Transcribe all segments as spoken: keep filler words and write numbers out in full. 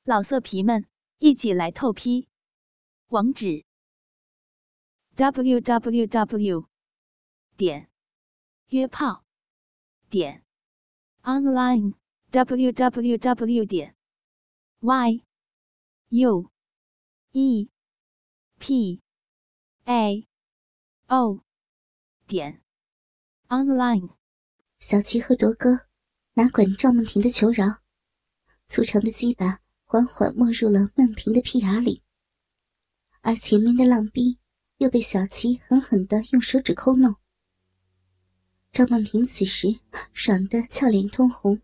老色皮们，一起来透批！网址 ：double u double u double u 点约炮点 online double u double u double u 点 y u e p a o 点 online。 小琪和铎哥哪管赵梦婷的求饶，粗长的鸡巴缓缓没入了梦婷的屁眼里，而前面的浪逼又被小琪狠狠地用手指抠弄。赵梦婷此时爽得俏脸通红，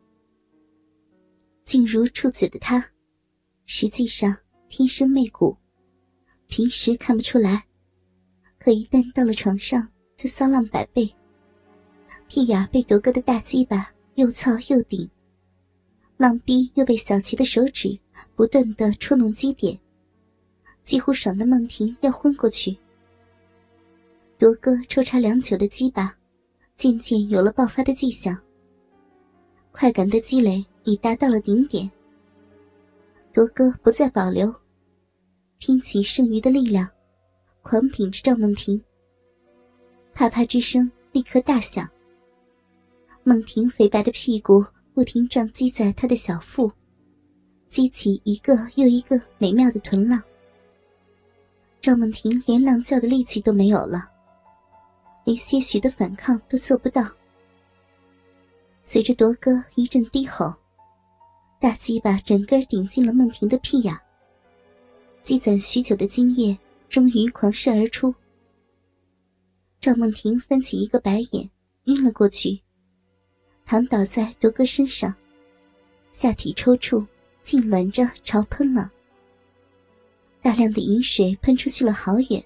静如处子的她实际上天生媚骨，平时看不出来，可一旦到了床上就骚浪百倍。屁眼被铎哥的大鸡巴又操又顶，浪逼又被小琪的手指不断地戳弄基点，几乎爽得梦婷要昏过去。铎哥抽插良久的鸡巴渐渐有了爆发的迹象，快感的积累已达到了顶点。铎哥不再保留，拼起剩余的力量狂顶着赵梦婷，啪啪之声立刻大响。梦婷肥白的屁股不停撞击在他的小腹，激起一个又一个美妙的臀浪。赵梦婷连浪叫的力气都没有了，连些许的反抗都做不到。随着铎哥一阵低吼，大鸡巴整个顶进了梦婷的屁眼，积攒许久的精液终于狂射而出。赵梦婷翻起一个白眼，晕了过去，躺倒在铎哥身上，下体抽搐，痉挛着朝喷了。大量的饮水喷出去了好远。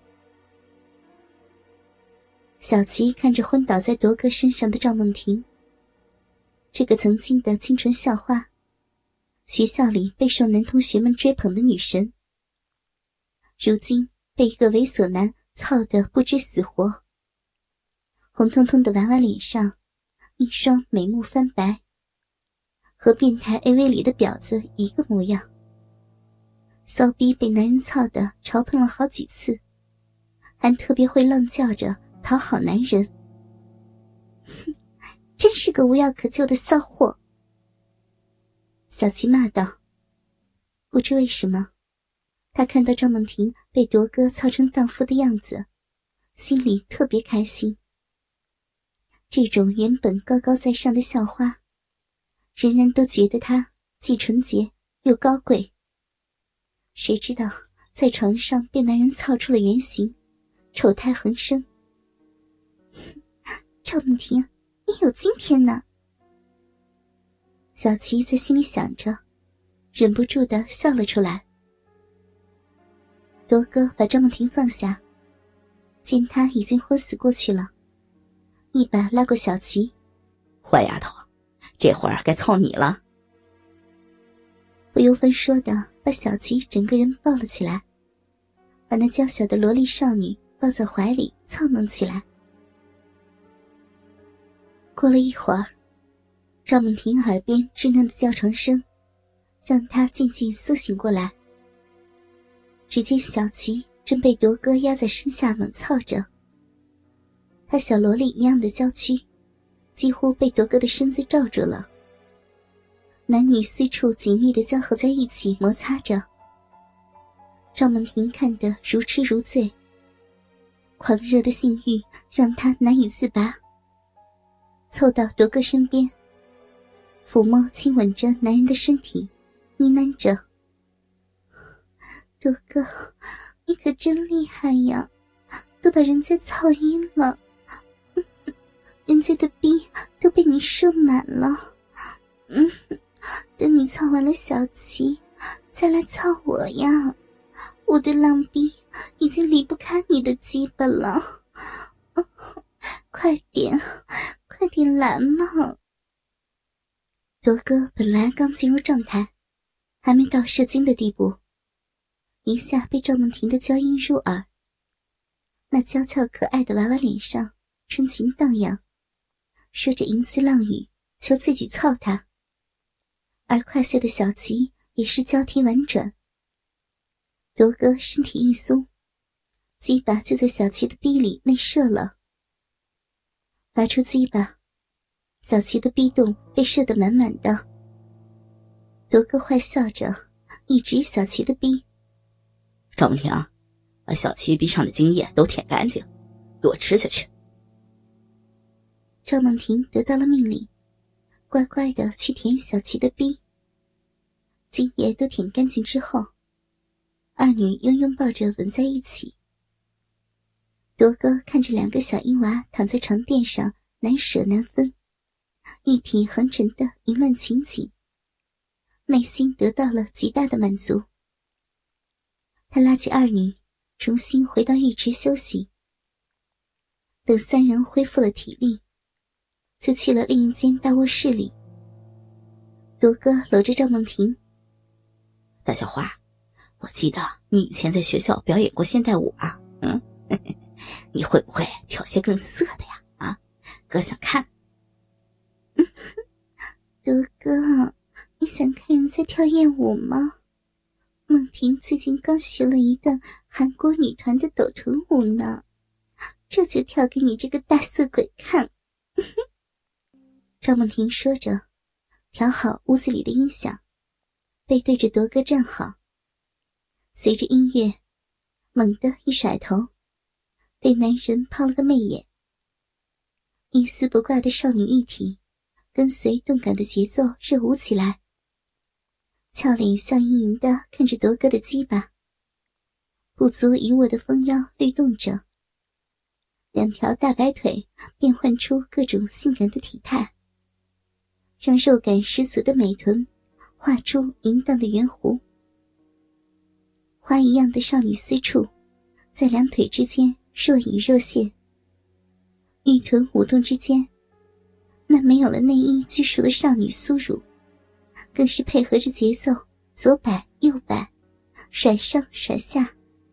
小琪看着昏倒在铎哥身上的赵梦婷，这个曾经的清纯校花，学校里备受男同学们追捧的女神，如今被一个猥琐男操得不知死活。红彤彤的娃娃脸上一双美目翻白，和变态 A V 里的婊子一个模样。骚逼被男人操得朝喷了好几次，还特别会浪叫着讨好男人。哼，真是个无药可救的骚货。小琪骂道。不知为什么，他看到赵梦婷被铎哥操成荡妇的样子，心里特别开心。这种原本高高在上的校花，人人都觉得她既纯洁又高贵。谁知道在床上被男人操出了原形，丑态横生。赵梦婷，你有今天呢。小琪在心里想着，忍不住地笑了出来。铎哥把赵梦婷放下，见她已经昏死过去了，一把拉过小琪。 坏丫头，这会儿该操你了。 不由分说的把小琪整个人抱了起来，把那娇小的萝莉少女抱在怀里操弄起来。过了一会儿，赵梦婷耳边稚嫩的叫床声让她渐渐苏醒过来。只见小琪正被铎哥压在身下猛操着，她小萝莉一样的娇躯几乎被铎哥的身子罩住了，男女私处紧密地交合在一起摩擦着。赵梦婷看得如痴如醉，狂热的性欲让她难以自拔，凑到铎哥身边，抚摸亲吻着男人的身体，呢喃着：铎哥，你可真厉害呀，都把人家操晕了，人家的逼都被你射满了。嗯，等你操完了小琪，再来操我呀，我的浪逼已经离不开你的鸡巴了。快点快点来嘛。铎哥本来刚进入状态，还没到射精的地步，一下被赵梦婷的娇音入耳，那娇俏可爱的娃娃脸上春情荡漾，说着淫词浪语求自己操他。而快射的小琪也是交替婉转。铎哥身体一松，鸡巴就在小琪的逼里内射了。拔出鸡巴，小琪的逼洞被射得满满的。铎哥坏笑着，一指小琪的逼：“ 赵梦婷，把小琪逼上的精液都舔干净，给我吃下去。” 赵梦婷得到了命令，乖乖地去舔小琪的逼。精液都舔干净之后，二女又拥抱着吻在一起。铎哥看着两个小婴娃躺在床垫上，难舍难分，玉体横陈的淫乱情景，内心得到了极大的满足。他拉起二女，重新回到浴池休息。等三人恢复了体力，就去了另一间大卧室里。铎哥搂着赵梦婷：“ 大小花，我记得你以前在学校表演过现代舞啊，嗯，你会不会跳些更色的呀？啊，哥想看。” 铎哥，你想看人家跳艳舞吗？梦婷最近刚学了一段韩国女团的抖臀舞呢，这就跳给你这个大色鬼看。赵梦婷说着，调好屋子里的音响，背对着铎哥站好，随着音乐猛地一甩头，对男人抛了个媚眼。一丝不挂的少女玉体跟随动感的节奏热舞起来，俏脸笑盈盈地看着铎哥的鸡巴，不足一握的丰腰律动着，两条大白腿变换出各种性感的体态，让肉感十足的美臀画出淫荡的圆弧。花一样的少女私处在两腿之间若隐若现，玉臀舞动之间，那没有了内衣拘束的少女酥乳更是配合着节奏左摆右摆，甩上甩下。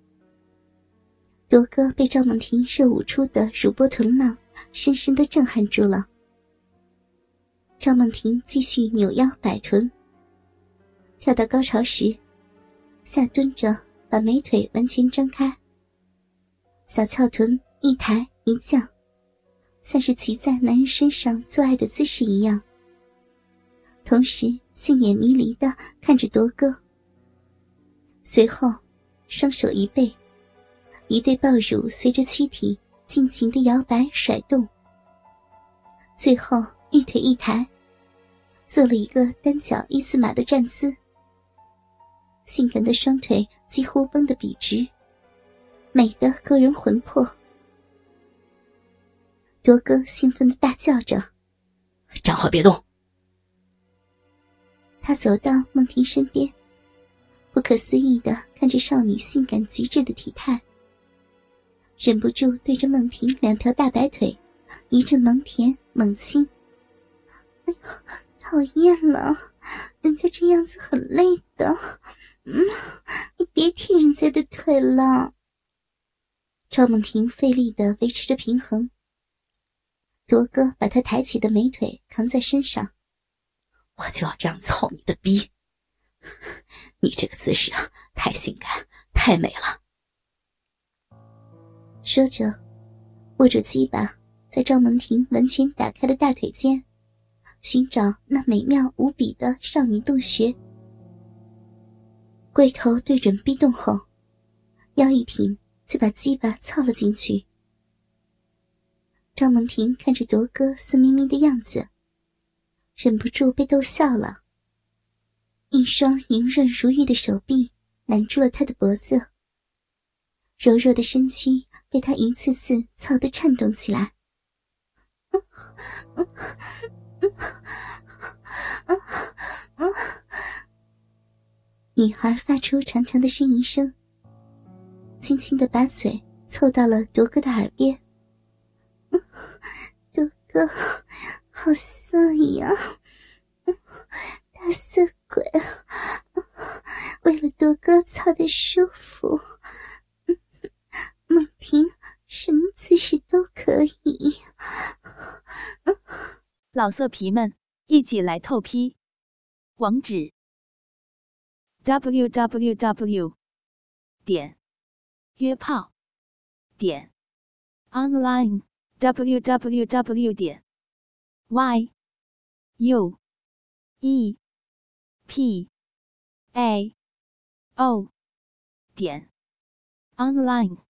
铎哥被赵梦婷热舞出的乳波臀浪深深地震撼住了。赵梦婷继续扭腰摆臀，跳到高潮时下蹲着把美腿完全张开，小翘臀一抬一降，像是骑在男人身上做爱的姿势一样，同时杏眼迷离地看着铎哥。随后双手一背，一对抱乳随着躯体尽情地摇摆甩动，最后玉腿一抬，做了一个单脚一字马的站姿，性感的双腿几乎绷得笔直，美得勾人魂魄。铎哥兴奋地大叫着：“ 站好别动！” 他走到梦婷身边，不可思议地看着少女性感极致的体态，忍不住对着梦婷两条大白腿一阵猛舔猛亲。哎呦，讨厌了，人家这样子很累的，嗯，你别踢人家的腿了。赵梦婷费力地维持着平衡，铎哥把她抬起的美腿扛在身上。 我就要这样操你的逼，你这个姿势啊，太性感太美了。 说着握住鸡巴，在赵梦婷完全打开的大腿间寻找那美妙无比的少女洞穴。龟头对准逼洞后，腰一挺就把鸡巴操了进去。赵梦婷看着铎哥色眯眯的样子，忍不住被逗笑了，一双莹润如玉的手臂揽住了他的脖子，柔弱的身躯被他一次次操得颤动起来。女孩发出长长的呻吟声，轻轻地把嘴凑到了铎哥的耳边。铎哥，好色呀！大色鬼，为了铎哥操得舒服，梦婷什么姿势都可以。 老色皮们，一起来透批！网址 www 点约炮点 online www 点 y u e p a o 点 online。